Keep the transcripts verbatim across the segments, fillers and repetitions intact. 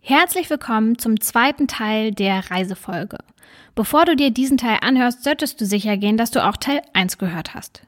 Herzlich willkommen zum zweiten Teil der Reisefolge. Bevor du dir diesen Teil anhörst, solltest du sicher gehen, dass du auch Teil eins gehört hast.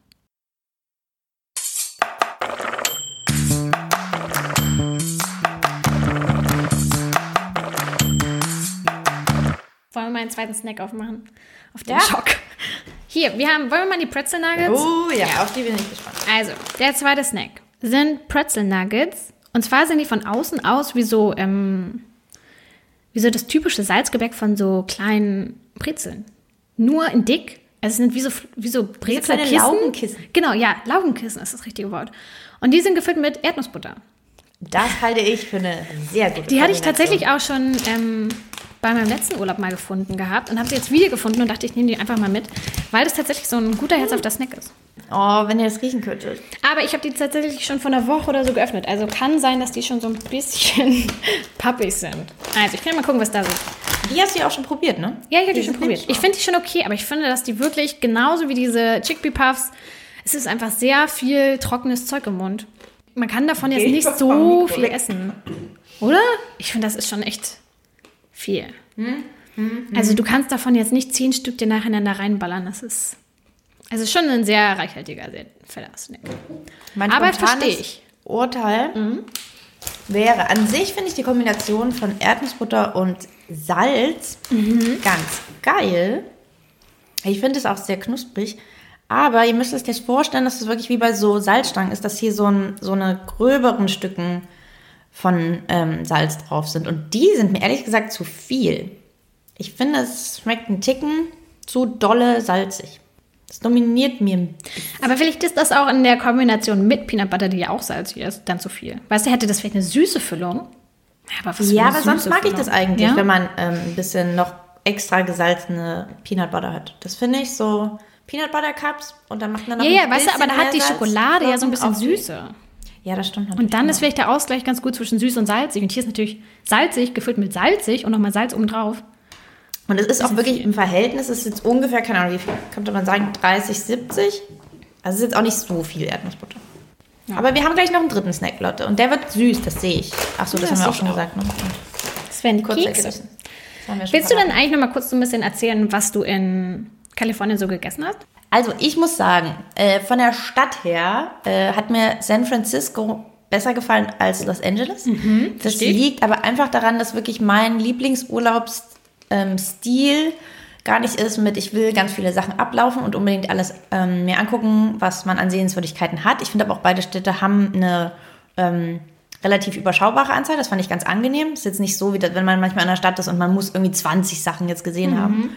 Wollen wir mal einen zweiten Snack aufmachen? Auf den Ja. Schock. Hier, wir haben, wollen wir mal die Pretzel Nuggets? Oh ja, auf die bin ich gespannt. Also, der zweite Snack sind Pretzel Nuggets. Und zwar sind die von außen aus wie so, ähm, wie so das typische Salzgebäck von so kleinen Brezeln. Nur in dick. Also es sind wie so, wie so Brezelkissen. kleine Laugenkissen. Genau, ja, Laugenkissen ist das richtige Wort. Und die sind gefüllt mit Erdnussbutter. Das halte ich für eine sehr gute Die hatte ich Kombination. tatsächlich auch schon ähm, bei meinem letzten Urlaub mal gefunden gehabt und habe sie jetzt wieder gefunden und dachte, ich nehme die einfach mal mit, weil das tatsächlich so ein guter herzhafter Snack ist. Oh, wenn ihr das riechen könntet. Aber ich habe die tatsächlich schon vor einer Woche oder so geöffnet. Also kann sein, dass die schon so ein bisschen pappig sind. Also ich kann mal gucken, was da so ist. Die hast du ja auch schon probiert, ne? Ja, ich habe die Die schon sind probiert. nicht Ich finde die schon okay, aber ich finde, dass die wirklich genauso wie diese Chickpea Puffs, es ist einfach sehr viel trockenes Zeug im Mund. Man kann davon jetzt Geh nicht doch so vom Mikro viel weg. essen. Oder? Ich finde, das ist schon echt viel. Also du kannst davon jetzt nicht zehn Stück dir nacheinander reinballern. Das ist also schon ein sehr reichhaltiger, sehr fetter Snack. Mein Aber spontanes verstehe ich. Urteil wäre, an sich finde ich die Kombination von Erdnussbutter und Salz ganz geil. Ich finde es auch sehr knusprig. Aber ihr müsst es euch vorstellen, dass es wirklich wie bei so Salzstangen ist, dass hier so, ein, so eine gröberen Stücken von ähm, Salz drauf sind. Und die sind mir ehrlich gesagt zu viel. Ich finde, es schmeckt einen Ticken zu dolle salzig. Das dominiert mir. Aber vielleicht ist das auch in der Kombination mit Peanut Butter, die ja auch salzig ist, dann zu viel. Weißt du, hätte das vielleicht eine süße Füllung? Aber was für Ja, eine aber sonst süße mag ich Füllung. das eigentlich, Ja? wenn man ähm, ein bisschen noch extra gesalzene Peanut Butter hat. Das finde ich so Peanut Butter Cups und dann macht man noch Ja, ein ja, weißt du, aber da bisschen hat die mehr Schokolade ja so ein bisschen Salz auf die- Süße. Ja, das stimmt natürlich. Und dann auch. ist vielleicht der Ausgleich ganz gut zwischen süß und salzig. Und hier ist natürlich salzig, gefüllt mit salzig und nochmal Salz obendrauf. Und es ist auch bisschen wirklich viel. im Verhältnis, es ist jetzt ungefähr, keine Ahnung, wie viel, könnte man sagen, dreißig, siebzig. Also es ist jetzt auch nicht so viel Erdnussbutter. Aber wir haben gleich noch einen dritten Snack, Lotte. Und der wird süß, das sehe ich. Achso, das Ja, haben wir auch sehe schon ich gesagt. Ne? Das wären die Kurz Kekse. weggelassen. Das haben wir schon Willst du dann verraten. eigentlich nochmal kurz so ein bisschen erzählen, was du in Kalifornien so gegessen hast? Also ich muss sagen, äh, von der Stadt her äh, hat mir San Francisco besser gefallen als Los Angeles. das verstehe ich. liegt aber einfach daran, dass wirklich mein Lieblingsurlaubsstil ähm, Stil gar nicht ist mit, ich will ganz viele Sachen ablaufen und unbedingt alles ähm, mir angucken, was man an Sehenswürdigkeiten hat. Ich finde aber auch beide Städte haben eine ähm, relativ überschaubare Anzahl. Das fand ich ganz angenehm. Ist jetzt nicht so, wie das, wenn man manchmal in einer Stadt ist und man muss irgendwie zwanzig Sachen jetzt gesehen haben.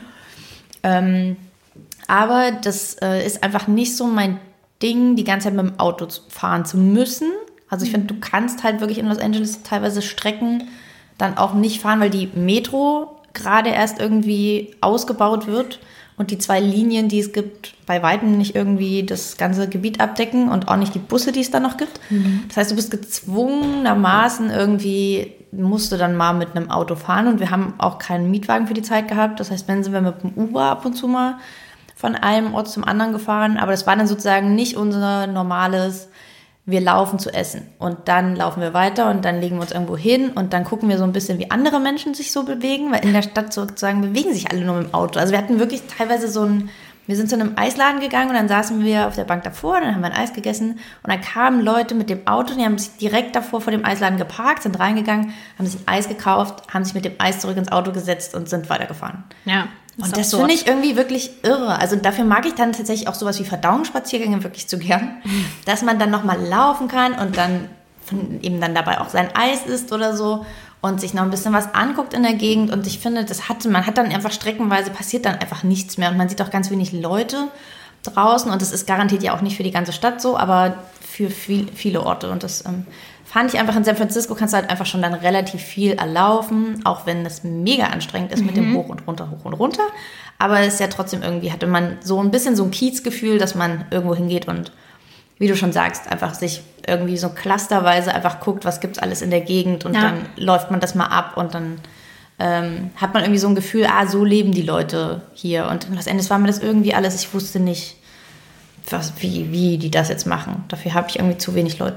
Ähm, aber das äh, ist einfach nicht so mein Ding, die ganze Zeit mit dem Auto zu- fahren zu müssen. Also ich finde, du kannst halt wirklich in Los Angeles teilweise Strecken dann auch nicht fahren, weil die Metro gerade erst irgendwie ausgebaut wird und die zwei Linien, die es gibt, bei Weitem nicht irgendwie das ganze Gebiet abdecken und auch nicht die Busse, die es da noch gibt. Das heißt, du bist gezwungenermaßen irgendwie, musst du dann mal mit einem Auto fahren und wir haben auch keinen Mietwagen für die Zeit gehabt. Das heißt, wenn sind wir mit dem Uber ab und zu mal von einem Ort zum anderen gefahren, aber das war dann sozusagen nicht unser normales, wir laufen zu essen und dann laufen wir weiter und dann legen wir uns irgendwo hin und dann gucken wir so ein bisschen, wie andere Menschen sich so bewegen, weil in der Stadt sozusagen bewegen sich alle nur mit dem Auto. Also wir hatten wirklich teilweise so ein, wir sind zu einem Eisladen gegangen und dann saßen wir auf der Bank davor, dann haben wir ein Eis gegessen und dann kamen Leute mit dem Auto, die haben sich direkt davor vor dem Eisladen geparkt, sind reingegangen, haben sich ein Eis gekauft, haben sich mit dem Eis zurück ins Auto gesetzt und sind weitergefahren. Ja. Und das finde ich irgendwie wirklich irre. Also dafür mag ich dann tatsächlich auch sowas wie Verdauungsspaziergänge wirklich zu gern, dass man dann nochmal laufen kann und dann von- eben dann dabei auch sein Eis isst oder so und sich noch ein bisschen was anguckt in der Gegend. Und ich finde, das hat, man hat dann einfach streckenweise, passiert dann einfach nichts mehr und man sieht auch ganz wenig Leute draußen und das ist garantiert ja auch nicht für die ganze Stadt so, aber für viel, viele Orte. Und das ähm, fand ich einfach in San Francisco, kannst du halt einfach schon dann relativ viel erlaufen, auch wenn es mega anstrengend ist mit dem Hoch und runter, hoch und runter. Aber es ist ja trotzdem irgendwie, hatte man so ein bisschen so ein Kiezgefühl, dass man irgendwo hingeht und, wie du schon sagst, einfach sich irgendwie so clusterweise einfach guckt, was gibt's alles in der Gegend und Ja. dann läuft man das mal ab und dann ähm, hat man irgendwie so ein Gefühl, ah, so leben die Leute hier. Und in Los Angeles war mir das irgendwie alles, ich wusste nicht, was, wie, wie die das jetzt machen. Dafür habe ich irgendwie zu wenig Leute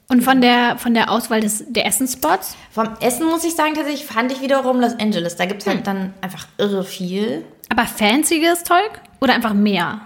Und von der, von der Auswahl des, der Essensspots? Vom Essen muss ich sagen, tatsächlich fand ich wiederum Los Angeles. Da gibt es halt hm. dann einfach irre viel. Aber fancyes Zeug? Oder einfach mehr?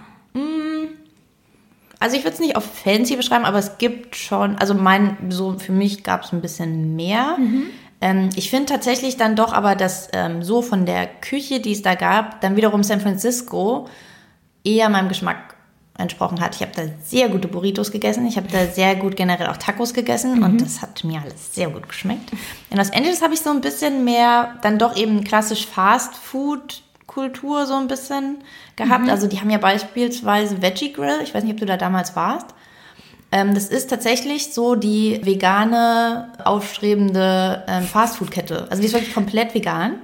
Also ich würde es nicht auf fancy beschreiben, aber es gibt schon, also mein, so für mich gab es ein bisschen mehr. Mhm. Ähm, ich finde tatsächlich dann doch aber, dass ähm, so von der Küche, die es da gab, dann wiederum San Francisco eher meinem Geschmack entsprochen hat. Ich habe da sehr gute Burritos gegessen, ich habe da sehr gut generell auch Tacos gegessen mhm. und das hat mir alles sehr gut geschmeckt. In Los Angeles habe ich so ein bisschen mehr dann doch eben klassisch Fast Food Kultur so ein bisschen gehabt. Mhm. Also die haben ja beispielsweise Veggie Grill. Ich weiß nicht, ob du da damals warst. Ähm, das ist tatsächlich so die vegane, aufstrebende ähm, Fastfood-Kette. Also die ist wirklich komplett vegan.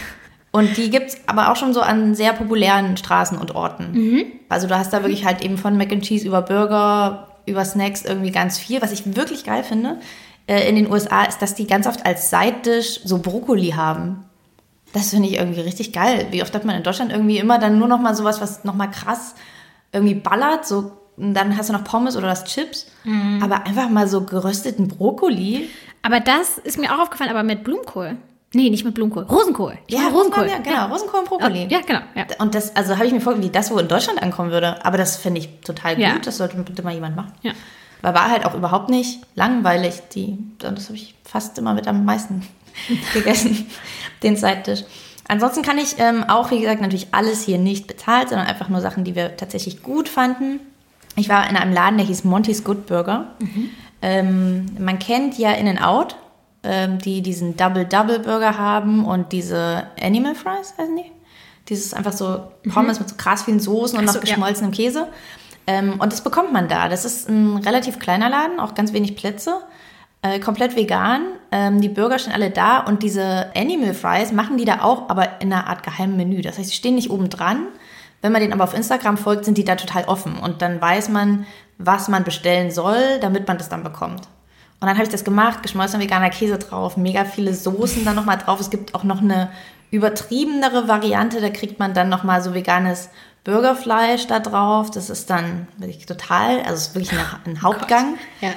Und die gibt es aber auch schon so an sehr populären Straßen und Orten. Mhm. Also du hast da wirklich halt eben von Mac and Cheese über Burger, über Snacks irgendwie ganz viel. Was ich wirklich geil finde äh, in den U S A ist, dass die ganz oft als Side-Dish so Brokkoli haben. Das finde ich irgendwie richtig geil. Wie oft hat man in Deutschland irgendwie immer dann nur noch mal sowas, was noch mal krass irgendwie ballert. So, und dann hast du noch Pommes oder das Chips. Mhm. Aber einfach mal so gerösteten Brokkoli. Aber das ist mir auch aufgefallen, aber mit Blumenkohl. Nee, nicht mit Blumenkohl. Rosenkohl. Ich ja, Rosenkohl. Ja, genau. Ja. Rosenkohl und Brokkoli. Ja, genau. Ja. Und das, also habe ich mir vorgestellt, wie das wohl in Deutschland ankommen würde. Aber das finde ich total gut. Ja. Das sollte bitte mal jemand machen. Ja. Weil war halt auch überhaupt nicht langweilig. Die, das habe ich fast immer mit am meisten gegessen, den Side-Dish. Ansonsten kann ich ähm, auch, wie gesagt, natürlich alles hier nicht bezahlt, sondern einfach nur Sachen, die wir tatsächlich gut fanden. Ich war in einem Laden, der hieß Monty's Good Burger. Mhm. Ähm, man kennt ja In-N-Out, ähm, die diesen Double-Double-Burger haben und diese Animal Fries, heißen die? Dieses einfach so Pommes mhm. mit so krass vielen Soßen und so, noch geschmolzenem ja. Käse. Ähm, und das bekommt man da. Das ist ein relativ kleiner Laden, auch ganz wenig Plätze. Äh, komplett vegan. Ähm, die Burger stehen alle da und diese Animal Fries machen die da auch, aber in einer Art geheimen Menü. Das heißt, sie stehen nicht oben dran. Wenn man denen aber auf Instagram folgt, sind die da total offen. Und dann weiß man, was man bestellen soll, damit man das dann bekommt. Und dann habe ich das gemacht, geschmolzener veganer Käse drauf, mega viele Soßen dann nochmal drauf. Es gibt auch noch eine übertriebenere Variante, da kriegt man dann nochmal so veganes Burgerfleisch da drauf. Das ist dann wirklich total, also es ist wirklich ein, ein Hauptgang. Oh ja.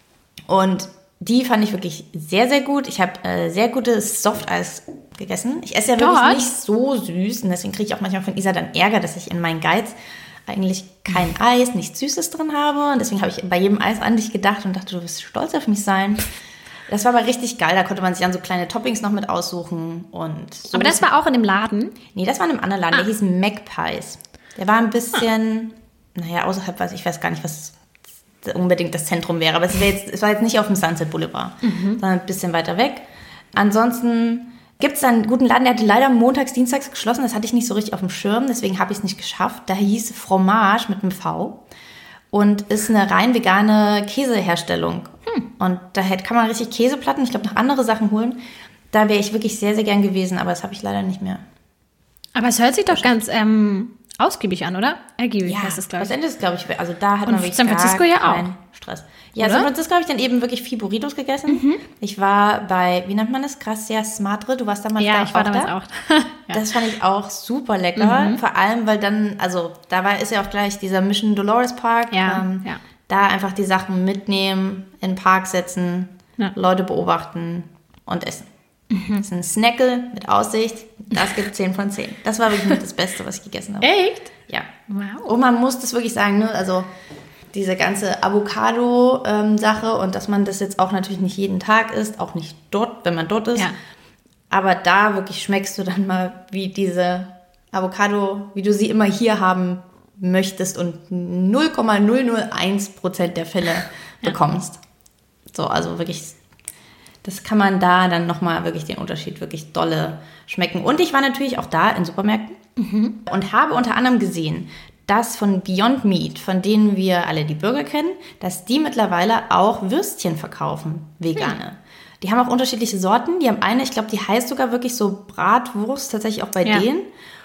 Und die fand ich wirklich sehr, sehr gut. Ich habe äh, sehr gutes Softeis gegessen. Ich esse ja wirklich Dort? nicht so süß und deswegen kriege ich auch manchmal von Isa dann Ärger, dass ich in meinen Geiz eigentlich kein Eis, nichts Süßes drin habe. Und deswegen habe ich bei jedem Eis an dich gedacht und dachte, du wirst stolz auf mich sein. Das war aber richtig geil. Da konnte man sich dann so kleine Toppings noch mit aussuchen. Und so. Aber das war auch in dem Laden? Nee, das war in einem anderen Laden. Ah. Der hieß Magpies. Der war ein bisschen, ah. naja, außerhalb, was ich weiß gar nicht, was unbedingt das Zentrum wäre. Aber es war jetzt, es war jetzt nicht auf dem Sunset Boulevard, mhm. sondern ein bisschen weiter weg. Ansonsten gibt es einen guten Laden, der hatte leider montags, dienstags geschlossen. Das hatte ich nicht so richtig auf dem Schirm, deswegen habe ich es nicht geschafft. Da hieß Fromage mit einem V und ist eine rein vegane Käseherstellung. Hm. Und da kann man richtig Käseplatten, ich glaube noch andere Sachen holen. Da wäre ich wirklich sehr, sehr gern gewesen, aber das habe ich leider nicht mehr. Aber es hört sich doch ganz ähm, ausgiebig an, oder? Ergiebig ja, heißt es, glaube ich. Los Angeles, glaube ich, also da hat und man wirklich San Francisco ja auch. Stress. Ja, oder? San Francisco habe ich dann eben wirklich viel Burritos gegessen. Mhm. Ich war bei, wie nennt man das? Gracias Madre. Du warst damals ja, da ich war auch damals da? auch. Ja. Das fand ich auch super lecker. Mhm. Vor allem, weil dann, also da war, ist ja auch gleich dieser Mission Dolores Park. Ja, ähm, ja. Da einfach die Sachen mitnehmen, in den Park setzen, ja. Leute beobachten und essen. Mhm. Das ist ein Snackle mit Aussicht. Das gibt zehn von zehn. Das war wirklich das Beste, was ich gegessen habe. Echt? Ja. Wow. Und man muss das wirklich sagen, ne? Also diese ganze Avocado-Sache ähm, und dass man das jetzt auch natürlich nicht jeden Tag isst, auch nicht dort, wenn man dort ist. Ja. Aber da wirklich schmeckst du dann mal, wie diese Avocado, wie du sie immer hier haben möchtest und null Komma null null eins Prozent der Fälle bekommst. Ja. So, also wirklich, das kann man da dann nochmal wirklich den Unterschied wirklich dolle schmecken. Und ich war natürlich auch da in Supermärkten mhm. und habe unter anderem gesehen, dass von Beyond Meat, von denen wir alle die Burger kennen, dass die mittlerweile auch Würstchen verkaufen, vegane. Hm. Die haben auch unterschiedliche Sorten. Die haben eine, ich glaube, die heißt sogar wirklich so Bratwurst, tatsächlich auch bei ja. denen.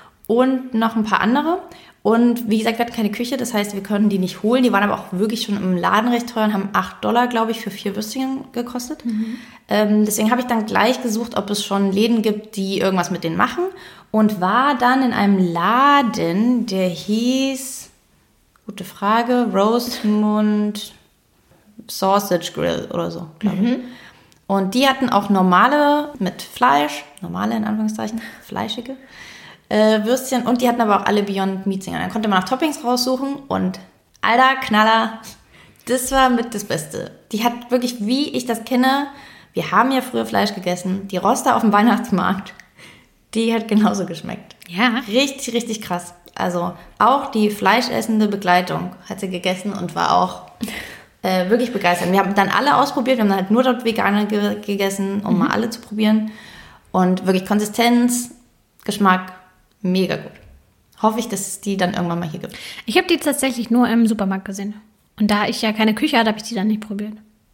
Und noch ein paar andere. Und wie gesagt, wir hatten keine Küche, das heißt, wir konnten die nicht holen. Die waren aber auch wirklich schon im Laden recht teuer und haben acht Dollar, glaube ich, für vier Würstchen gekostet. Mhm. Ähm, deswegen habe ich dann gleich gesucht, ob es schon Läden gibt, die irgendwas mit denen machen. Und war dann in einem Laden, der hieß, gute Frage, Rosemund Sausage Grill oder so, glaube ich. Mhm. Und die hatten auch normale mit Fleisch, normale in Anführungszeichen, fleischige äh, Würstchen. Und die hatten aber auch alle Beyond Meat Dinger. Dann konnte man auch Toppings raussuchen und alter Knaller, das war mit das Beste. Die hat wirklich, wie ich das kenne, wir haben ja früher Fleisch gegessen, die Roster auf dem Weihnachtsmarkt, die hat genauso geschmeckt. Ja. Richtig, richtig krass. Also auch die fleischessende Begleitung hat sie gegessen und war auch äh, wirklich begeistert. Wir haben dann alle ausprobiert, wir haben dann halt nur dort Veganer ge- gegessen, um mhm. mal alle zu probieren. Und wirklich Konsistenz, Geschmack, mega gut. Hoffe ich, dass es die dann irgendwann mal hier gibt. Ich habe die tatsächlich nur im Supermarkt gesehen. Und da ich ja keine Küche hatte, habe ich die dann nicht probiert.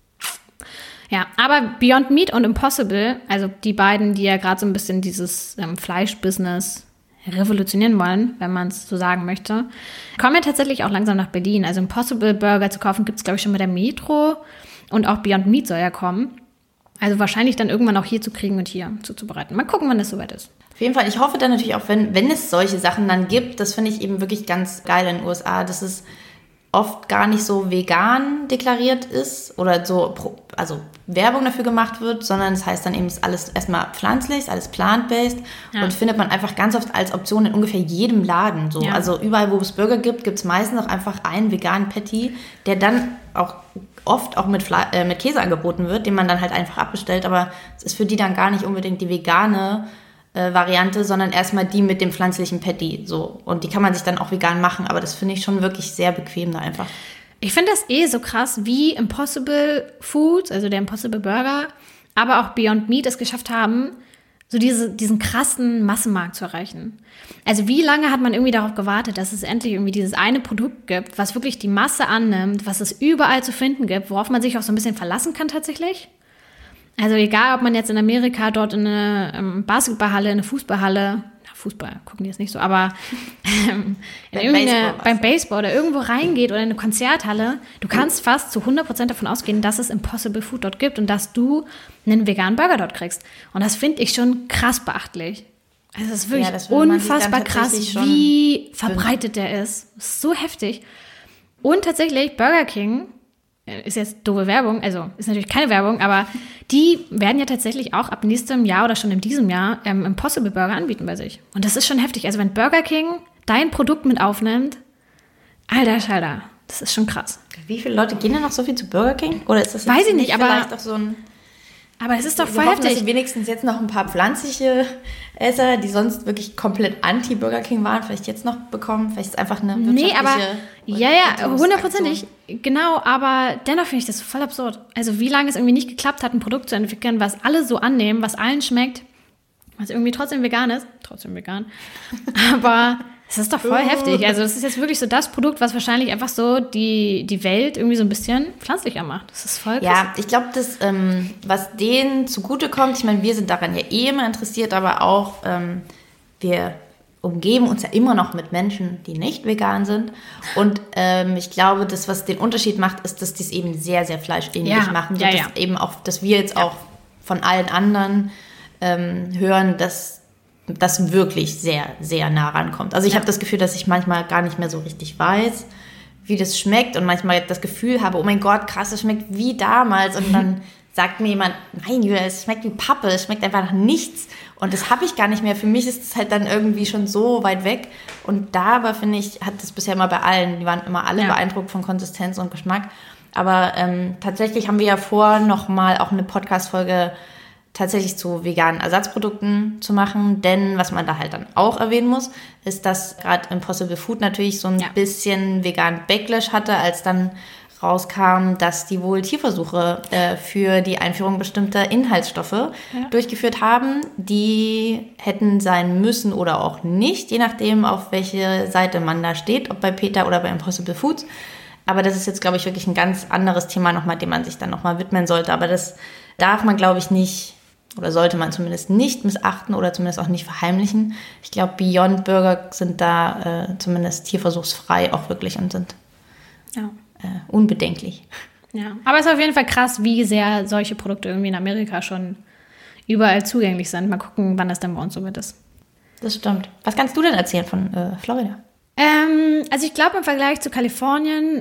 Ja, aber Beyond Meat und Impossible, also die beiden, die ja gerade so ein bisschen dieses ähm, Fleischbusiness revolutionieren wollen, wenn man es so sagen möchte, kommen ja tatsächlich auch langsam nach Berlin. Also Impossible Burger zu kaufen gibt es, glaube ich, schon mit der Metro. Und auch Beyond Meat soll ja kommen. Also wahrscheinlich dann irgendwann auch hier zu kriegen und hier zuzubereiten. Mal gucken, wann das soweit ist. Auf jeden Fall, ich hoffe dann natürlich auch, wenn, wenn es solche Sachen dann gibt, das finde ich eben wirklich ganz geil in den U S A, dass es oft gar nicht so vegan deklariert ist oder so, also Werbung dafür gemacht wird, sondern es heißt dann eben, es ist alles erstmal pflanzlich, ist alles plant-based ja. und findet man einfach ganz oft als Option in ungefähr jedem Laden. So. Ja. Also überall, wo es Burger gibt, gibt es meistens auch einfach einen veganen Patty, der dann auch oft auch mit, Fle- äh, mit Käse angeboten wird, den man dann halt einfach abbestellt, aber es ist für die dann gar nicht unbedingt die vegane Äh, Variante, sondern erstmal die mit dem pflanzlichen Patty. So. Und die kann man sich dann auch vegan machen, aber das finde ich schon wirklich sehr bequem da einfach. Ich finde das eh so krass, wie Impossible Foods, also der Impossible Burger, aber auch Beyond Meat es geschafft haben, so diese, diesen krassen Massenmarkt zu erreichen. Also wie lange hat man irgendwie darauf gewartet, dass es endlich irgendwie dieses eine Produkt gibt, was wirklich die Masse annimmt, was es überall zu finden gibt, worauf man sich auch so ein bisschen verlassen kann tatsächlich? Also egal, ob man jetzt in Amerika dort in eine ähm, Basketballhalle, in eine Fußballhalle, na, Fußball gucken die jetzt nicht so, aber ähm, in beim, Baseball beim Baseball oder irgendwo reingeht oder in eine Konzerthalle, du kannst fast zu hundert Prozent davon ausgehen, dass es Impossible Food dort gibt und dass du einen veganen Burger dort kriegst. Und das finde ich schon krass beachtlich. Also es ist wirklich ja, unfassbar krass, wie verbreitet der ist. Das ist so heftig. Und tatsächlich, Burger King ist jetzt doofe Werbung, also ist natürlich keine Werbung, aber die werden ja tatsächlich auch ab nächstem Jahr oder schon in diesem Jahr ähm, Impossible Burger anbieten bei sich. Und das ist schon heftig. Also wenn Burger King dein Produkt mit aufnimmt, alter Schalter, das ist schon krass. Wie viele Leute gehen denn noch so viel zu Burger King? Oder ist das Weiß ich nicht, aber vielleicht auch so ein... Aber es ist doch voll wir hoffen, heftig. Dass sie wenigstens jetzt noch ein paar pflanzliche Esser, die sonst wirklich komplett anti-Burger King waren, vielleicht jetzt noch bekommen. Vielleicht ist es einfach eine wirtschaftliche... Nee, aber ja, ja, hundertprozentig. Genau, aber dennoch finde ich das voll absurd. Also wie lange es irgendwie nicht geklappt hat, ein Produkt zu entwickeln, was alle so annehmen, was allen schmeckt, was irgendwie trotzdem vegan ist. Trotzdem vegan. Aber... Das ist doch voll uh. heftig. Also das ist jetzt wirklich so das Produkt, was wahrscheinlich einfach so die, die Welt irgendwie so ein bisschen pflanzlicher macht. Das ist voll krass. Ja, ich glaube, das, ähm, was denen zugutekommt, ich meine, wir sind daran ja eh immer interessiert, aber auch ähm, wir umgeben uns ja immer noch mit Menschen, die nicht vegan sind. Und ähm, ich glaube, das, was den Unterschied macht, ist, dass die es eben sehr, sehr fleischähnlich ja. machen. Ja, dass ja. eben auch, dass wir jetzt ja. auch von allen anderen ähm, hören, dass das wirklich sehr, sehr nah rankommt. Also ich ja. habe das Gefühl, dass ich manchmal gar nicht mehr so richtig weiß, wie das schmeckt und manchmal das Gefühl habe, oh mein Gott, krass, das schmeckt wie damals und dann sagt mir jemand, nein, Julia, es schmeckt wie Pappe, es schmeckt einfach nach nichts und das habe ich gar nicht mehr. Für mich ist es halt dann irgendwie schon so weit weg und da aber, finde ich, hat das bisher immer bei allen, die waren immer alle ja. beeindruckt von Konsistenz und Geschmack, aber ähm, tatsächlich haben wir ja vor, nochmal auch eine Podcast-Folge tatsächlich zu veganen Ersatzprodukten zu machen, denn was man da halt dann auch erwähnen muss, ist, dass gerade Impossible Food natürlich so ein ja. bisschen veganen Backlash hatte, als dann rauskam, dass die wohl Tierversuche äh, für die Einführung bestimmter Inhaltsstoffe ja. durchgeführt haben, die hätten sein müssen oder auch nicht, je nachdem, auf welche Seite man da steht, ob bei PETA oder bei Impossible Foods. Aber das ist jetzt, glaube ich, wirklich ein ganz anderes Thema nochmal, dem man sich dann nochmal widmen sollte. Aber das darf man, glaube ich, nicht oder sollte man zumindest nicht missachten oder zumindest auch nicht verheimlichen. Ich glaube, Beyond Burger sind da äh, zumindest tierversuchsfrei auch wirklich und sind ja. äh, unbedenklich. Ja, aber es ist auf jeden Fall krass, wie sehr solche Produkte irgendwie in Amerika schon überall zugänglich sind. Mal gucken, wann das dann bei uns so wird ist. Das stimmt. Was kannst du denn erzählen von äh, Florida? Ähm, also ich glaube, im Vergleich zu Kalifornien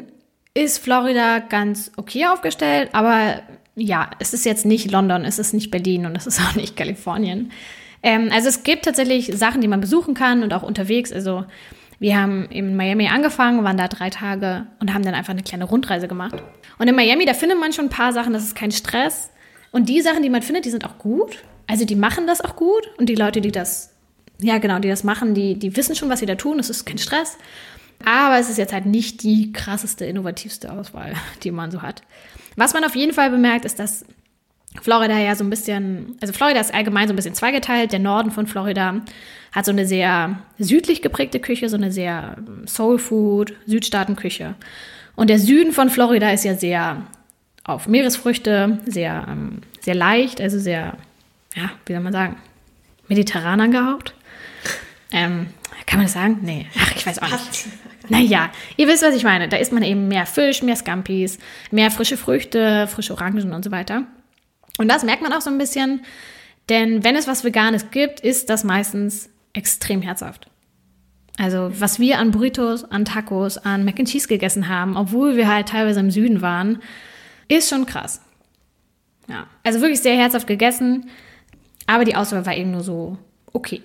ist Florida ganz okay aufgestellt, aber ja, es ist jetzt nicht London, es ist nicht Berlin und es ist auch nicht Kalifornien. Ähm, also es gibt tatsächlich Sachen, die man besuchen kann und auch unterwegs. Also wir haben in Miami angefangen, waren da drei Tage und haben dann einfach eine kleine Rundreise gemacht. Und in Miami, da findet man schon ein paar Sachen, das ist kein Stress. Und die Sachen, die man findet, die sind auch gut. Also die machen das auch gut. Und die Leute, die das, ja genau, die das machen, die, die wissen schon, was sie da tun. Es ist kein Stress. Aber es ist jetzt halt nicht die krasseste, innovativste Auswahl, die man so hat. Was man auf jeden Fall bemerkt, ist, dass Florida ja so ein bisschen, also Florida ist allgemein so ein bisschen zweigeteilt. Der Norden von Florida hat so eine sehr südlich geprägte Küche, so eine sehr Soul-Food, Südstaatenküche. Und der Süden von Florida ist ja sehr auf Meeresfrüchte, sehr, ähm, sehr leicht, also sehr, ja, wie soll man sagen, mediterran angehaucht. Ähm, kann man das sagen? Nee, ach, ich weiß auch nicht. Naja, ihr wisst, was ich meine. Da isst man eben mehr Fisch, mehr Scampis, mehr frische Früchte, frische Orangen und so weiter. Und das merkt man auch so ein bisschen, denn wenn es was Veganes gibt, ist das meistens extrem herzhaft. Also was wir an Burritos, an Tacos, an Mac and Cheese gegessen haben, obwohl wir halt teilweise im Süden waren, ist schon krass. Ja, also wirklich sehr herzhaft gegessen, aber die Auswahl war eben nur so okay.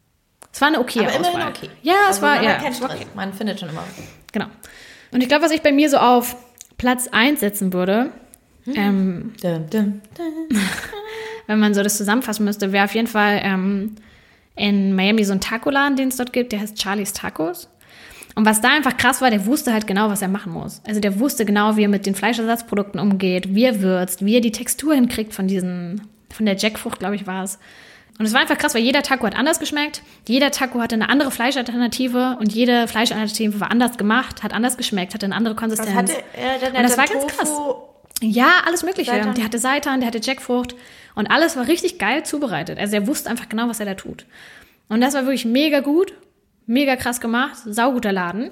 Es war eine okay aber Auswahl. Immerhin okay. Ja, es also war, man ja. hat keinen Stress. Man findet schon immer. Genau. Und ich glaube, was ich bei mir so auf Platz eins setzen würde, hm. ähm, dum, dum, dum. wenn man so das zusammenfassen müsste, wäre auf jeden Fall ähm, in Miami so ein Taco-Laden, den es dort gibt, der heißt Charlie's Tacos. Und was da einfach krass war, der wusste halt genau, was er machen muss. Also der wusste genau, wie er mit den Fleischersatzprodukten umgeht, wie er würzt, wie er die Textur hinkriegt von diesen, von der Jackfrucht, glaube ich, war es. Und es war einfach krass, weil jeder Taco hat anders geschmeckt. Jeder Taco hatte eine andere Fleischalternative und jede Fleischalternative war anders gemacht, hat anders geschmeckt, hatte eine andere Konsistenz. Was hatte er denn? Und das war ganz Tofu, krass. Ja, alles Mögliche. Seitan. Der hatte Seitan, der hatte Jackfrucht und alles war richtig geil zubereitet. Also er wusste einfach genau, was er da tut. Und das war wirklich mega gut, mega krass gemacht, sauguter Laden.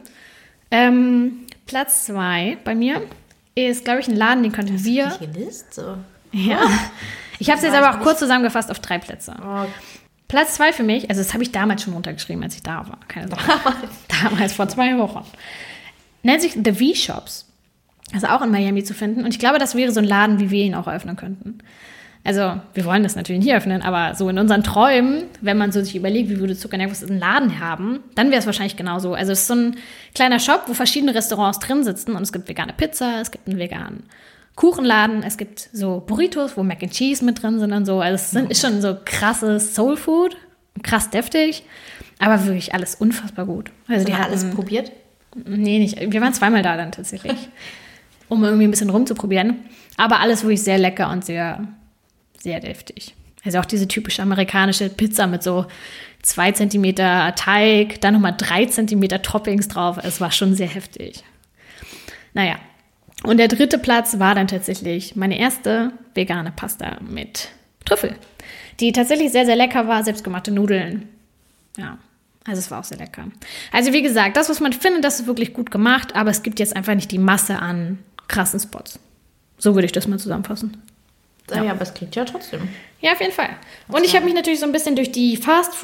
Ähm, Platz zwei bei mir ist, glaube ich, ein Laden, den könnten das wir... ist nicht gelistet, so. Ja. Ich habe es jetzt aber auch kurz zusammengefasst auf drei Plätze. Oh. Platz zwei für mich, also das habe ich damals schon runtergeschrieben, als ich da war. Keine Sorge. Damals, vor zwei Wochen. Nennt sich The V-Shops. Also auch in Miami zu finden. Und ich glaube, das wäre so ein Laden, wie wir ihn auch eröffnen könnten. Also, wir wollen das natürlich nicht öffnen, aber so in unseren Träumen, wenn man so sich überlegt, wie würde Zucker Nervous einen Laden haben, dann wäre es wahrscheinlich genauso. Also es ist so ein kleiner Shop, wo verschiedene Restaurants drin sitzen und es gibt vegane Pizza, es gibt einen veganen Kuchenladen, es gibt so Burritos, wo Mac and Cheese mit drin sind und so. Also es sind, ist schon so krasses Soul Food, krass deftig, aber wirklich alles unfassbar gut. Also die hatten alles probiert? Nee, nicht. Wir waren zweimal da dann tatsächlich, um irgendwie ein bisschen rumzuprobieren. Aber alles wirklich sehr lecker und sehr, sehr deftig. Also auch diese typische amerikanische Pizza mit so zwei Zentimeter Teig, dann nochmal drei Zentimeter Toppings drauf. Es war schon sehr heftig. Naja. Und der dritte Platz war dann tatsächlich meine erste vegane Pasta mit Trüffel, die tatsächlich sehr, sehr lecker war, selbstgemachte Nudeln. Ja, also es war auch sehr lecker. Also wie gesagt, das, was man findet, das ist wirklich gut gemacht, aber es gibt jetzt einfach nicht die Masse an krassen Spots. So würde ich das mal zusammenfassen. Ja, ja, aber es klingt ja trotzdem. Ja, auf jeden Fall. Und ich habe mich natürlich so ein bisschen durch die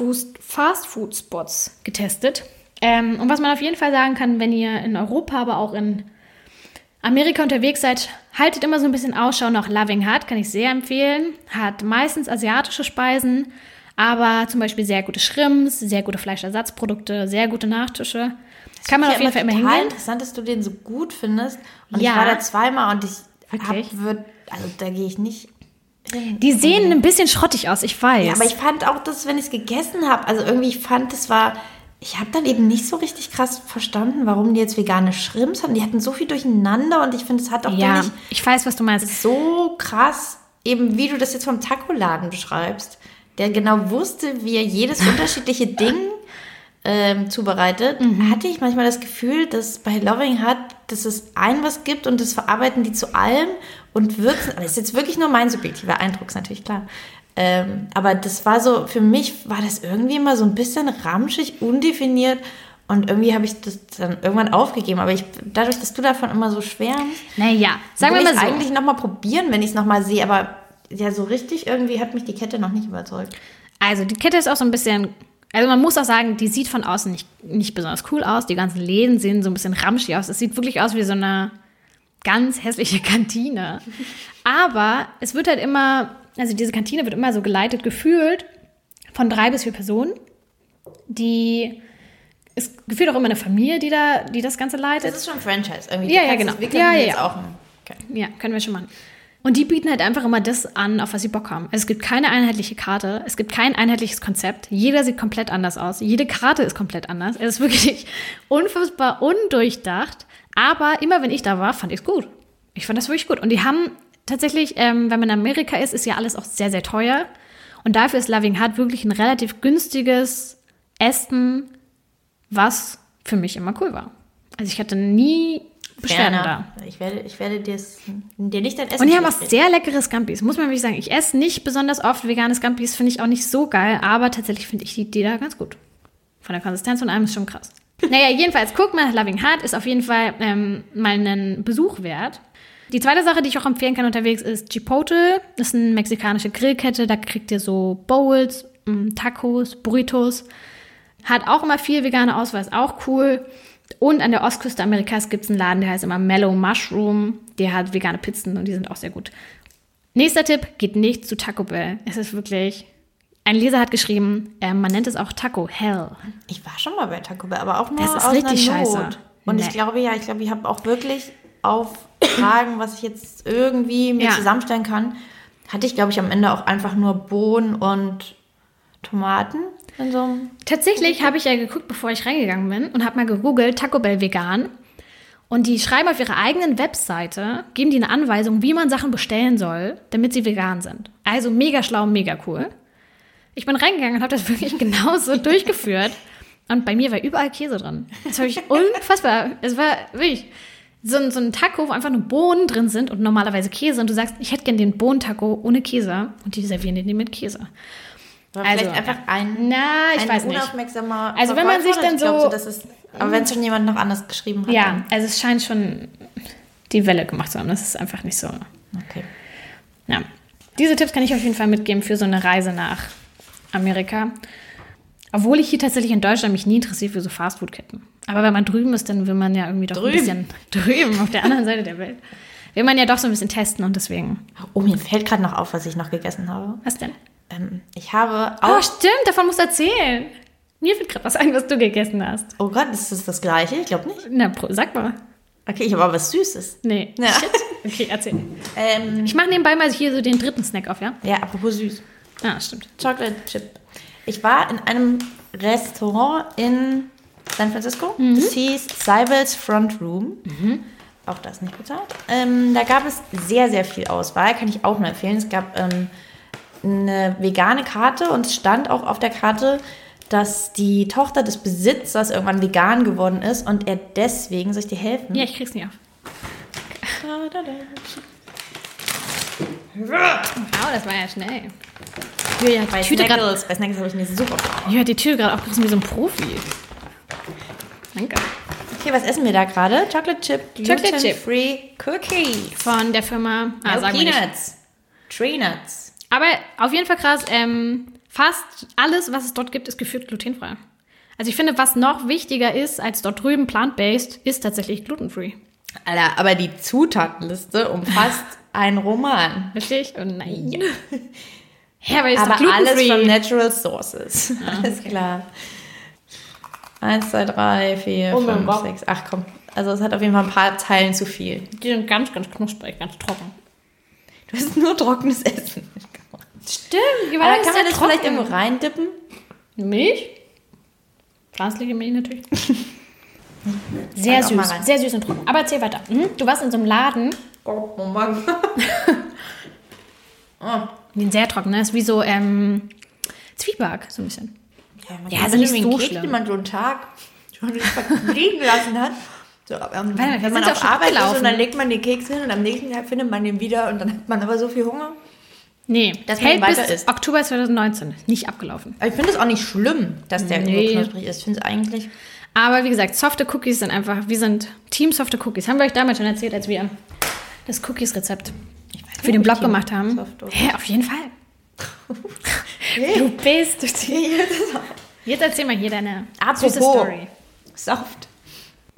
Fast-Food-Spots getestet. Ähm, und was man auf jeden Fall sagen kann, wenn ihr in Europa, aber auch in Amerika unterwegs seid, haltet immer so ein bisschen Ausschau nach Loving Hut, kann ich sehr empfehlen. Hat meistens asiatische Speisen, aber zum Beispiel sehr gute Shrimps, sehr gute Fleischersatzprodukte, sehr gute Nachtische. Das kann man auf jeden Fall immer hingehen. Interessant, dass du den so gut findest. Und ja. ich war da zweimal und ich Wirklich? hab, würd, also da gehe ich nicht hin. Die sehen ein bisschen schrottig aus, ich weiß. Ja, aber ich fand auch, dass, wenn ich es gegessen habe, also irgendwie, ich fand, das war... Ich habe dann eben nicht so richtig krass verstanden, warum die jetzt vegane Shrimps haben. Die hatten so viel durcheinander und ich finde, es hat auch ja, nicht ich weiß, was du meinst. So krass, eben wie du das jetzt vom Taco-Laden beschreibst, der genau wusste, wie er jedes unterschiedliche Ding ähm, zubereitet, mhm. hatte ich manchmal das Gefühl, dass bei Loving Hut, dass es ein was gibt und das verarbeiten die zu allem und würzen. Aber das ist jetzt wirklich nur mein subjektiver Eindruck, ist natürlich klar. Ähm, aber das war so, für mich war das irgendwie immer so ein bisschen ramschig, undefiniert und irgendwie habe ich das dann irgendwann aufgegeben. Aber ich, dadurch, dass du davon immer so schwärmst, naja, sagen wir mal so. eigentlich nochmal probieren, wenn ich es nochmal sehe, aber ja, so richtig irgendwie hat mich die Kette noch nicht überzeugt. Also die Kette ist auch so ein bisschen, also man muss auch sagen, die sieht von außen nicht, nicht besonders cool aus. Die ganzen Läden sehen so ein bisschen ramschig aus. Es sieht wirklich aus wie so eine ganz hässliche Kantine. Aber es wird halt immer, also diese Kantine wird immer so geleitet, gefühlt von drei bis vier Personen, die, es gefühlt auch immer eine Familie, die da, die das Ganze leitet. Das ist schon ein Franchise irgendwie. Ja, ja, genau. Ja, ja, ja. Auch ein, okay. Ja, können wir schon machen. Und die bieten halt einfach immer das an, auf was sie Bock haben. Also es gibt keine einheitliche Karte, es gibt kein einheitliches Konzept. Jeder sieht komplett anders aus. Jede Karte ist komplett anders. Es ist wirklich unfassbar undurchdacht. Aber immer wenn ich da war, fand ich es gut. Ich fand das wirklich gut. Und die haben tatsächlich, ähm, wenn man in Amerika ist, ist ja alles auch sehr, sehr teuer. Und dafür ist Loving Heart wirklich ein relativ günstiges Essen, was für mich immer cool war. Also ich hatte nie Beschwerden da. Ich werde, ich werde dir nicht dein Essen Und die haben auch sehr leckere Scampis, muss man wirklich sagen. Ich esse nicht besonders oft vegane Scampis, finde ich auch nicht so geil, aber tatsächlich finde ich die, die da ganz gut. Von der Konsistenz und allem ist schon krass. Naja, jedenfalls, guck mal, Loving Heart ist auf jeden Fall ähm, mal einen Besuch wert. Die zweite Sache, die ich auch empfehlen kann unterwegs, ist Chipotle. Das ist eine mexikanische Grillkette, da kriegt ihr so Bowls, Tacos, Burritos. Hat auch immer viel vegane Auswahl, ist auch cool. Und an der Ostküste Amerikas gibt es einen Laden, der heißt immer Mellow Mushroom. Der hat vegane Pizzen und die sind auch sehr gut. Nächster Tipp, geht nicht zu Taco Bell. Es ist wirklich, ein Leser hat geschrieben, äh, man nennt es auch Taco Hell. Ich war schon mal bei Taco Bell, aber auch nur das ist aus richtig einer Not. scheiße. Und Nee. ich glaube, ja, ich glaube, ich habe auch wirklich auf Fragen, was ich jetzt irgendwie mir Ja. zusammenstellen kann, hatte ich, glaube ich, am Ende auch einfach nur Bohnen und Tomaten in so einem... Tatsächlich habe ich ja geguckt, bevor ich reingegangen bin und habe mal gegoogelt, Taco Bell vegan. Und die schreiben auf ihrer eigenen Webseite, geben die eine Anweisung, wie man Sachen bestellen soll, damit sie vegan sind. Also mega schlau, mega cool. Ich bin reingegangen und habe das wirklich genauso durchgeführt. Und bei mir war überall Käse drin. Das war wirklich unfassbar. Es war wirklich so ein, so ein Taco, wo einfach nur Bohnen drin sind und normalerweise Käse. Und du sagst, ich hätte gerne den Bohnentaco ohne Käse. Und die servieren den mit Käse. War Also, vielleicht einfach ein, Na, ich ein weiß nicht. unaufmerksamer Also wenn man sich Verkäufer, dann ich glaub so- das ist, aber wenn es schon jemand noch anders geschrieben hat. Ja, also es scheint schon die Welle gemacht zu haben. Das ist einfach nicht so. Dann, okay. Ja. Diese Tipps kann ich auf jeden Fall mitgeben für so eine Reise nach Amerika. Obwohl ich hier tatsächlich in Deutschland mich nie interessiere für so Fastfood-Ketten. Aber wenn man drüben ist, dann will man ja irgendwie doch Drüben? ein bisschen drüben, auf der anderen Seite der Welt. Will man ja doch so ein bisschen testen und deswegen. Oh, mir fällt gerade noch auf, was ich noch gegessen habe. Was denn? Ähm, ich habe auch... Oh, stimmt, davon musst du erzählen. Mir fällt gerade was ein, was du gegessen hast. Oh Gott, ist das das Gleiche? Ich glaube nicht. Na, pro- sag mal. Okay, ich habe aber was Süßes. Nee. Ja. Shit. Okay, erzähl. Ähm, Ich mache nebenbei mal hier so den dritten Snack auf, ja? ja, apropos süß. Ah, stimmt. Chocolate Chip. Ich war in einem Restaurant in San Francisco. Das hieß Seibel's Front Room. Auch das nicht bezahlt. Ähm, da gab es sehr, sehr viel Auswahl. Kann ich auch nur empfehlen. Es gab ähm, eine vegane Karte und es stand auch auf der Karte, dass die Tochter des Besitzers irgendwann vegan geworden ist und er deswegen, soll ich dir helfen? Ja, ich krieg's nicht auf. Da, da, da. Wow, das war ja schnell. Julia hat Bei die Tüte gerade Snackles, bei Snackles habe ich mir super gefallen. Julia hat die Tüte gerade aufgerissen wie so ein Profi. Danke. Okay, was essen wir da gerade? Chocolate Chip, Chocolate Chip. Gluten-Free Cookies. Von der Firma. Ah, No sagen wir nicht. Peanuts. Tree Nuts. Aber auf jeden Fall krass, ähm, fast alles, was es dort gibt, ist gefühlt glutenfrei. Also ich finde, was noch wichtiger ist als dort drüben plant-based, ist tatsächlich glutenfree. Alter, aber die Zutatenliste umfasst einen Roman. Wirklich? Oh nein. Ja, ja aber ist Aber doch glutenfree. alles from natural sources. Ah, Alles okay. klar. Eins, zwei, drei, vier, Oh mein fünf, Gott. sechs. Ach komm. Also es hat auf jeden Fall ein paar Zeilen zu viel. Die sind ganz, ganz knusprig, ganz trocken. Du hast nur trockenes Essen mitgebracht. Stimmt, die Aber kann man das vielleicht irgendwo reindippen? Milch? Pflanzliche Milch natürlich. Sehr Sag auch mal süß, rein. sehr süß und trocken. Aber erzähl weiter. Mhm. Du warst in so einem Laden, Oh, oh Mann. oh. den sehr trocken, ne? Ist wie so ähm, Zwieback, so ein bisschen. Ja, man Ja, kann also sich nicht irgendwie so einen Keks, schlimm. den man so einen Tag schon liegen lassen hat. So, ähm, mal, wenn sind man sie auf auch schon Arbeit ist abgelaufen? und dann legt man den Keks hin und am nächsten Tag findet man den wieder und dann hat man aber so viel Hunger. Nee, Dass man hält ihn bis weiter isst. Oktober zwanzig neunzehn. Nicht abgelaufen. Aber ich finde es auch nicht schlimm, dass der Nee. so knusprig ist. Ich finde es eigentlich... Aber wie gesagt, softe Cookies sind einfach, wir sind Team softe Cookies. Haben wir euch damals schon erzählt, als wir das Cookies-Rezept Ich weiß für den nicht, Blog Team gemacht haben. Soft oder- Ja, auf jeden Fall. Du bist... Du Jetzt erzähl mal hier deine süße Apropos Story. Soft.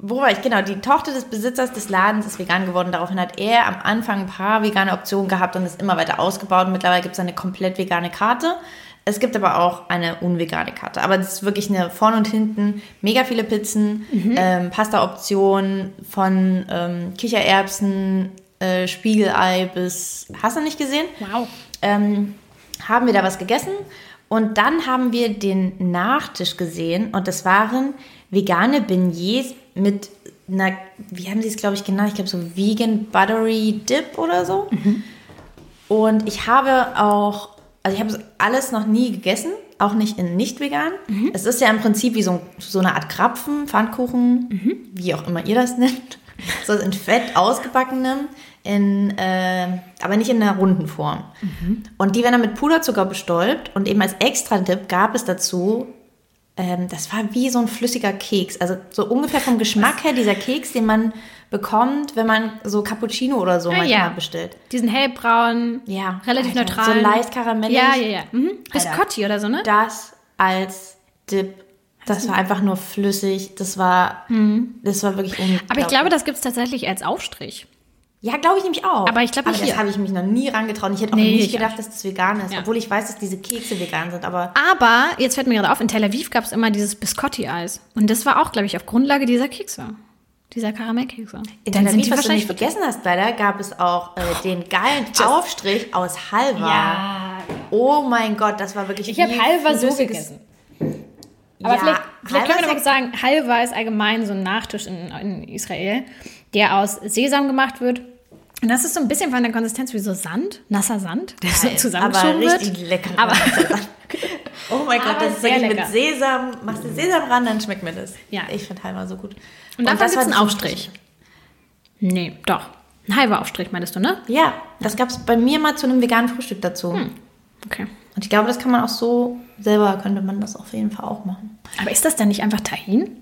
Wo war ich? Genau, die Tochter des Besitzers des Ladens ist vegan geworden. Daraufhin hat er am Anfang ein paar vegane Optionen gehabt und ist immer weiter ausgebaut. Mittlerweile gibt es eine komplett vegane Karte. Es gibt aber auch eine unvegane Karte. Aber das ist wirklich eine vorne und hinten mega viele Pizzen, mhm. ähm, Pasta-Optionen von ähm, Kichererbsen, äh, Spiegelei bis, hast du nicht gesehen? Wow. Ähm, haben wir da was gegessen und dann haben wir den Nachtisch gesehen und das waren vegane Beignets mit einer, wie haben sie es glaube ich genannt, ich glaube so Vegan Buttery Dip oder so. Mhm. Und ich habe auch, also ich habe alles noch nie gegessen, auch nicht in nicht vegan. Mhm. Es ist ja im Prinzip wie so, so eine Art Krapfen, Pfannkuchen, mhm. wie auch immer ihr das nennt, so in Fett ausgebackenem. In, äh, aber nicht in einer runden Form. Mhm. Und die werden dann mit Puderzucker bestäubt und eben als Extra-Dip gab es dazu, ähm, das war wie so ein flüssiger Keks, also so ungefähr vom Geschmack her dieser Keks, den man bekommt, wenn man so Cappuccino oder so ah, manchmal ja. bestellt. Diesen hellbraun, ja, relativ Alter, neutral. So leicht karamellig. Ja, ja, ja. Mhm. Biscotti oder so, ne? Das als Dip. Das war einfach nur flüssig, das war, mhm. das war wirklich unglaublich. Aber ich glaube, das gibt es tatsächlich als Aufstrich. Ja, glaube ich nämlich auch. Aber ich glaube nicht hier. Das habe ich mich noch nie rangetraut. Ich hätte auch nee, nicht gedacht, dass das vegan ist. Ja. Obwohl ich weiß, dass diese Kekse vegan sind. Aber, aber jetzt fällt mir gerade auf, in Tel Aviv gab es immer dieses Biscotti-Eis. Und das war auch, glaube ich, auf Grundlage dieser Kekse. Dieser Karamellkekse. In Tel Aviv, was du nicht vergessen hast, leider, gab es auch äh, den geilen Aufstrich aus Halva. Ja. Oh mein Gott, das war wirklich... Ich habe Halva so gegessen. Aber ja, vielleicht, vielleicht können wir noch mal sagen, Halva ist allgemein so ein Nachtisch in, in Israel, der aus Sesam gemacht wird. Und das ist so ein bisschen von der Konsistenz wie so Sand, nasser Sand, der so zusammengeschoben wird. Aber richtig lecker. Aber oh mein Gott, aber das ist wirklich mit Sesam. Machst du Sesam ran, dann schmeckt mir das. Ja. Ich finde Halva so gut. Und, Und davon gibt es einen Aufstrich. Nee, doch. Ein halber Aufstrich, meinst du, ne? Ja, das gab es bei mir mal zu einem veganen Frühstück dazu. Hm. Okay. Und ich glaube, das kann man auch so, selber könnte man das auf jeden Fall auch machen. Aber ist das dann nicht einfach Tahin?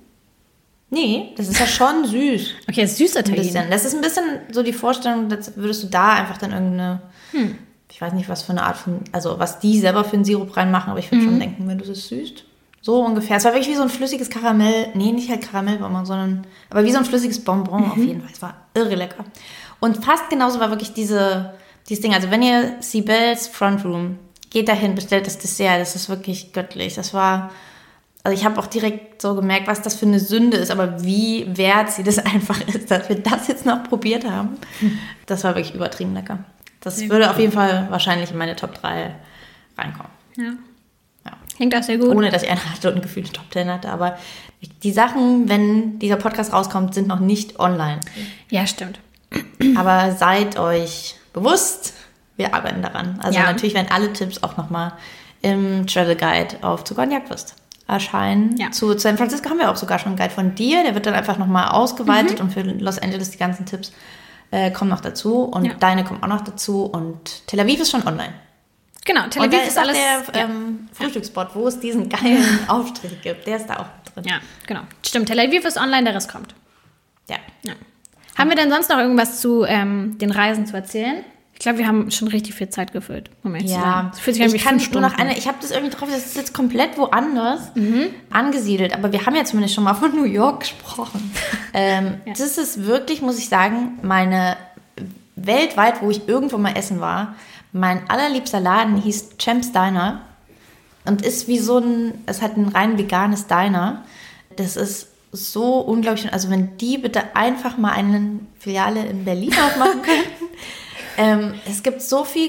Nee, das ist ja schon süß. Okay, das ist süßer Tahin. Das ist ein bisschen so die Vorstellung, als würdest du da einfach dann irgendeine, hm. ich weiß nicht, was für eine Art von, also was die selber für einen Sirup reinmachen, aber ich würde mhm. schon denken, wenn du es süßt. So ungefähr. Es war wirklich wie so ein flüssiges Karamell, nee, nicht halt Karamellbonbon, sondern, aber wie so ein flüssiges Bonbon mhm. auf jeden Fall. Es war irre lecker. Und fast genauso war wirklich diese, dieses Ding, also wenn ihr Sibels Front Room, geht dahin, bestellt das Dessert, das ist wirklich göttlich. Das war... Also ich habe auch direkt so gemerkt, was das für eine Sünde ist, aber wie wert sie das einfach ist, dass wir das jetzt noch probiert haben. Das war wirklich übertrieben lecker. Das sehr würde gut. Auf jeden Fall wahrscheinlich in meine Top drei reinkommen. Ja. ja. Klingt auch sehr gut. Ohne, dass ich eine Stunde gefühlte Top zehn hatte, aber die Sachen, wenn dieser Podcast rauskommt, sind noch nicht online. Ja, stimmt. Aber seid euch bewusst, wir arbeiten daran. Also ja. natürlich werden alle Tipps auch nochmal im Travel Guide auf Zucker und Jagdwurst erscheinen. Ja. Zu San Francisco haben wir auch sogar schon einen Guide von dir. Der wird dann einfach nochmal ausgeweitet mhm. und für Los Angeles die ganzen Tipps äh, kommen noch dazu. Und ja. deine kommen auch noch dazu. Und Tel Aviv ist schon online. Genau, Tel Aviv und da ist, ist alles der ja. ähm, Frühstücksspot, wo es diesen geilen Aufstrich gibt. Der ist da auch drin. Ja, genau. Stimmt, Tel Aviv ist online, der Rest kommt. Ja. ja. Haben wir denn sonst noch irgendwas zu ähm, den Reisen zu erzählen? Ich glaube, wir haben schon richtig viel Zeit gefüllt. Moment, ja, das fühlt sich an wie fünf Stunden. Nur noch eine, ich habe das irgendwie drauf, das ist jetzt komplett woanders mhm. angesiedelt. Aber wir haben ja zumindest schon mal von New York gesprochen. ähm, ja. Das ist wirklich, muss ich sagen, meine weltweit, wo ich irgendwo mal essen war, mein allerliebster Laden hieß Champs Diner und ist wie so ein, es hat ein rein veganes Diner. Das ist so unglaublich, also wenn die bitte einfach mal eine Filiale in Berlin aufmachen könnten. Ähm, es gibt so viel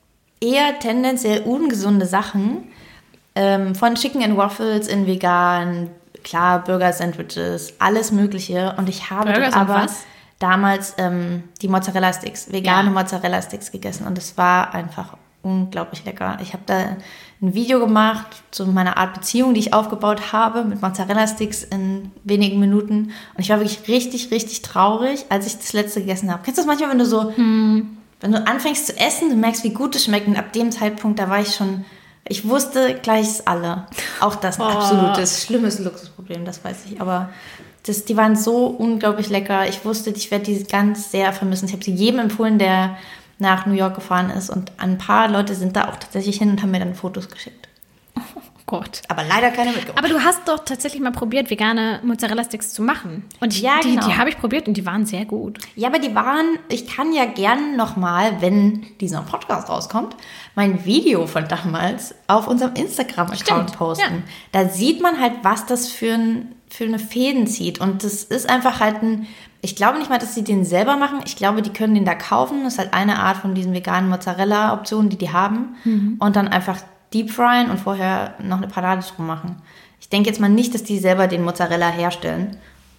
eher tendenziell ungesunde Sachen, ähm, von Chicken and Waffles in vegan, klar, Burger-Sandwiches, alles mögliche. Und ich habe Burgers aber was? damals ähm, die Mozzarella-Sticks, vegane ja. Mozzarella-Sticks gegessen und es war einfach unglaublich lecker. Ich habe da ein Video gemacht zu meiner Art Beziehung, die ich aufgebaut habe mit Mozzarella-Sticks in wenigen Minuten und ich war wirklich richtig, richtig traurig, als ich das letzte gegessen habe. Kennst du das manchmal, wenn du so... Hm. Wenn du anfängst zu essen, du merkst, wie gut es schmeckt. Und ab dem Zeitpunkt, da war ich schon, ich wusste gleich es alle. Auch das ein oh. absolutes, schlimmes Luxusproblem, das weiß ich. Aber das, die waren so unglaublich lecker. Ich wusste, ich werde die ganz sehr vermissen. Ich habe sie jedem empfohlen, der nach New York gefahren ist. Und ein paar Leute sind da auch tatsächlich hin und haben mir dann Fotos geschickt. Oh Gott. Aber leider keine mitgebracht. Aber du hast doch tatsächlich mal probiert, vegane Mozzarella-Sticks zu machen. Und ja, die, genau. die habe ich probiert und die waren sehr gut. Ja, aber die waren, ich kann ja gern nochmal, wenn dieser Podcast rauskommt, mein Video von damals auf unserem Instagram-Account posten. Ja. Da sieht man halt, was das für, ein, für eine Fäden zieht. Und das ist einfach halt ein, ich glaube nicht mal, dass sie den selber machen. Ich glaube, die können den da kaufen. Das ist halt eine Art von diesen veganen Mozzarella-Optionen, die die haben. Mhm. Und dann einfach deep fryen und vorher noch eine Panade drum machen. Ich denke jetzt mal nicht, dass die selber den Mozzarella herstellen.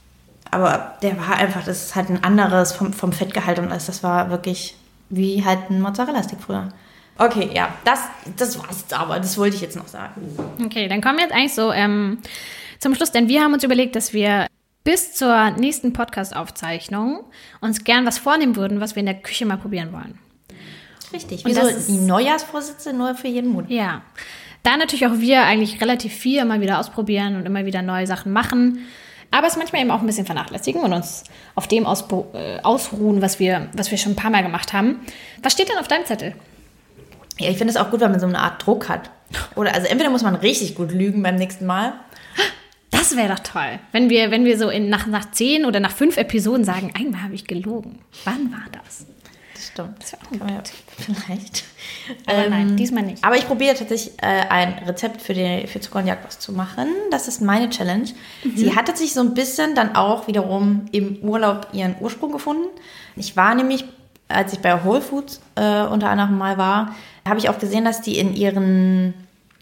Aber der war einfach, das ist halt ein anderes vom, vom Fettgehalt und alles. Das war wirklich wie halt ein Mozzarella-Stick früher. Okay, ja, das, das war's jetzt aber. Das wollte ich jetzt noch sagen. Okay, dann kommen wir jetzt eigentlich so ähm, zum Schluss. Denn wir haben uns überlegt, dass wir bis zur nächsten Podcast-Aufzeichnung uns gern was vornehmen würden, was wir in der Küche mal probieren wollen. Richtig, wie so die Neujahrsvorsätze nur für jeden Monat. Ja, da natürlich auch wir eigentlich relativ viel immer wieder ausprobieren und immer wieder neue Sachen machen, aber es manchmal eben auch ein bisschen vernachlässigen und uns auf dem ausbe- äh, ausruhen, was wir, was wir schon ein paar Mal gemacht haben. Was steht denn auf deinem Zettel? Ja, ich finde es auch gut, wenn man so eine Art Druck hat. Oder also entweder muss man richtig gut lügen beim nächsten Mal. Das wäre doch toll, wenn wir, wenn wir so in, nach, nach zehn oder nach fünf Episoden sagen, einmal habe ich gelogen. Wann war das? Stimmt. Das kann man ja vielleicht. Aber ähm, nein, diesmal nicht. Aber ich probiere tatsächlich äh, ein Rezept für, die, für Zucker und Jagdwurst zu machen. Das ist meine Challenge. Mhm. Sie hatte sich so ein bisschen dann auch wiederum im Urlaub ihren Ursprung gefunden. Ich war nämlich, als ich bei Whole Foods äh, unter anderem mal war, habe ich auch gesehen, dass die in ihren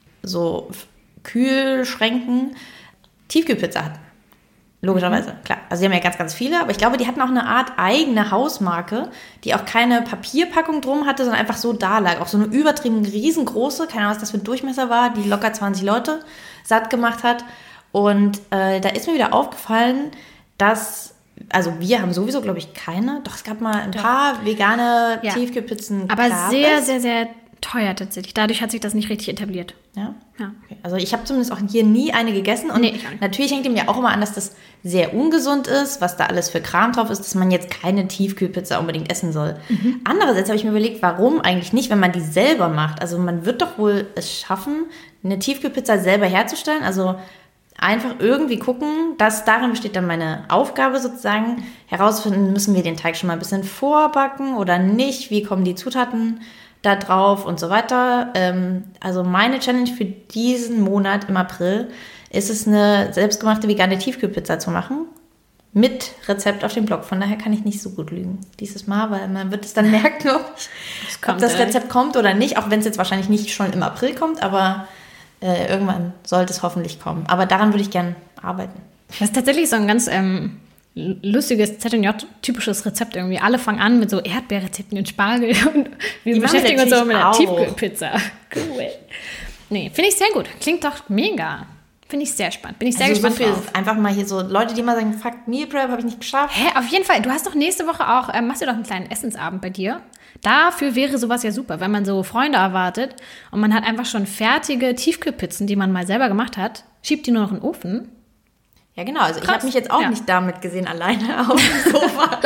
so Kühlschränken Tiefkühlpizza hatten. Logischerweise, klar. Also die haben ja ganz, ganz viele, aber ich glaube, die hatten auch eine Art eigene Hausmarke, die auch keine Papierpackung drum hatte, sondern einfach so da lag. Auch so eine übertrieben riesengroße, keine Ahnung, was das für ein Durchmesser war, die locker zwanzig Leute satt gemacht hat. Und äh, da ist mir wieder aufgefallen, dass, also wir haben sowieso, glaube ich, keine, doch es gab mal ein doch. paar vegane ja. Tiefkühlpizzen. Aber sehr, sehr, sehr teuer tatsächlich. Dadurch hat sich das nicht richtig etabliert. Ja? Ja. Okay. Also ich habe zumindest auch hier nie eine gegessen. Und nee, natürlich hängt dem ja auch immer an, dass das sehr ungesund ist, was da alles für Kram drauf ist, dass man jetzt keine Tiefkühlpizza unbedingt essen soll. Mhm. Andererseits habe ich mir überlegt, warum eigentlich nicht, wenn man die selber macht. Also man wird doch wohl es schaffen, eine Tiefkühlpizza selber herzustellen. Also einfach irgendwie gucken, dass darin besteht dann meine Aufgabe sozusagen, herausfinden, müssen wir den Teig schon mal ein bisschen vorbacken oder nicht, wie kommen die Zutaten da drauf und so weiter. Ähm, also meine Challenge für diesen Monat im April ist es, eine selbstgemachte vegane Tiefkühlpizza zu machen mit Rezept auf dem Blog. Von daher kann ich nicht so gut lügen dieses Mal, weil man wird es dann merken, ob, das ob das Rezept ey. kommt oder nicht, auch wenn es jetzt wahrscheinlich nicht schon im April kommt, aber äh, irgendwann sollte es hoffentlich kommen. Aber daran würde ich gerne arbeiten. Das ist tatsächlich so ein ganz ähm, lustiges Z und J-typisches Rezept irgendwie. Alle fangen an mit so Erdbeerrezepten in Spargel und wir Die beschäftigen uns so mit der Tiefkühlpizza. Cool. Nee, finde ich sehr gut. Klingt doch mega. Finde ich sehr spannend. Bin ich sehr also gespannt so drauf. Einfach mal hier so Leute, die mal sagen, fuck, Meal Prep habe ich nicht geschafft. Hä, auf jeden Fall. Du hast doch nächste Woche auch, äh, machst du doch einen kleinen Essensabend bei dir. Dafür wäre sowas ja super, wenn man so Freunde erwartet und man hat einfach schon fertige Tiefkühlpizzen, die man mal selber gemacht hat, schiebt die nur noch in den Ofen. Ja, genau. Also Krass. ich habe mich jetzt auch ja. nicht damit gesehen, alleine auf dem Sofa.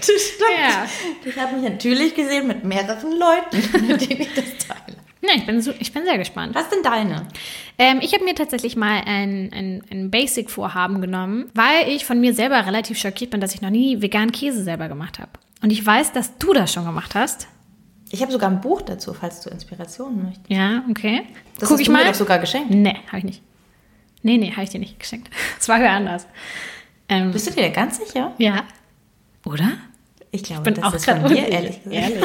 ja. Ich habe mich natürlich gesehen mit mehreren Leuten, mit denen ich das teile. Ja, ich bin, so, ich bin sehr gespannt. Was denn deine? Ähm, ich habe mir tatsächlich mal ein, ein, ein Basic-Vorhaben genommen, weil ich von mir selber relativ schockiert bin, dass ich noch nie veganen Käse selber gemacht habe. Und ich weiß, dass du das schon gemacht hast. Ich habe sogar ein Buch dazu, falls du Inspirationen möchtest. Ja, okay. Das Guck hast ich du mal. mir doch sogar geschenkt. Nee, habe ich nicht. Nee, nee, habe ich dir nicht geschenkt. Das war ja anders. Ähm, Bist du dir ganz sicher? Ja. Oder? Ich glaube, ich bin das auch ist von mir, ehrlich gesagt. Ehrlich?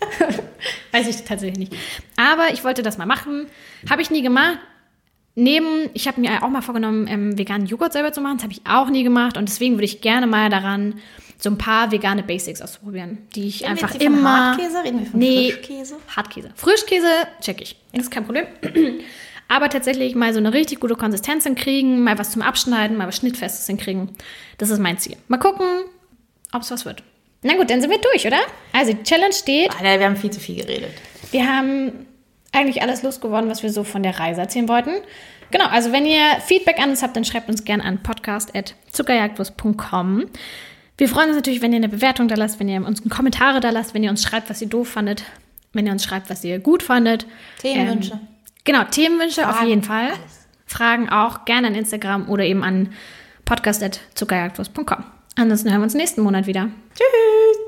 Weiß ich tatsächlich nicht. Aber ich wollte das mal machen. Habe ich nie gemacht. Neben, ich habe mir auch mal vorgenommen, ähm, veganen Joghurt selber zu machen. Das habe ich auch nie gemacht. Und deswegen würde ich gerne mal daran, so ein paar vegane Basics auszuprobieren, die ich reden einfach wir immer... Von Hartkäse? Reden wir von nee, Frischkäse? Hartkäse. Frischkäse check ich. Das ist kein Problem. Aber tatsächlich mal so eine richtig gute Konsistenz hinkriegen, mal was zum Abschneiden, mal was Schnittfestes hinkriegen. Das ist mein Ziel. Mal gucken, ob es was wird. Na gut, dann sind wir durch, oder? Also die Challenge steht. Alter, wir haben viel zu viel geredet. Wir haben eigentlich alles losgeworden, was wir so von der Reise erzählen wollten. Genau, also wenn ihr Feedback an uns habt, dann schreibt uns gerne an podcast at zuckerjagdwurst punkt com. Wir freuen uns natürlich, wenn ihr eine Bewertung da lasst, wenn ihr uns Kommentare da lasst, wenn ihr uns schreibt, was ihr doof fandet, wenn ihr uns schreibt, was ihr gut fandet. Themenwünsche. Ähm, genau, Themenwünsche Fragen, auf jeden Fall. Alles. Fragen auch gerne an Instagram oder eben an podcast at zuckerjagdwurst punkt com. Ansonsten hören wir uns nächsten Monat wieder. Tschüss!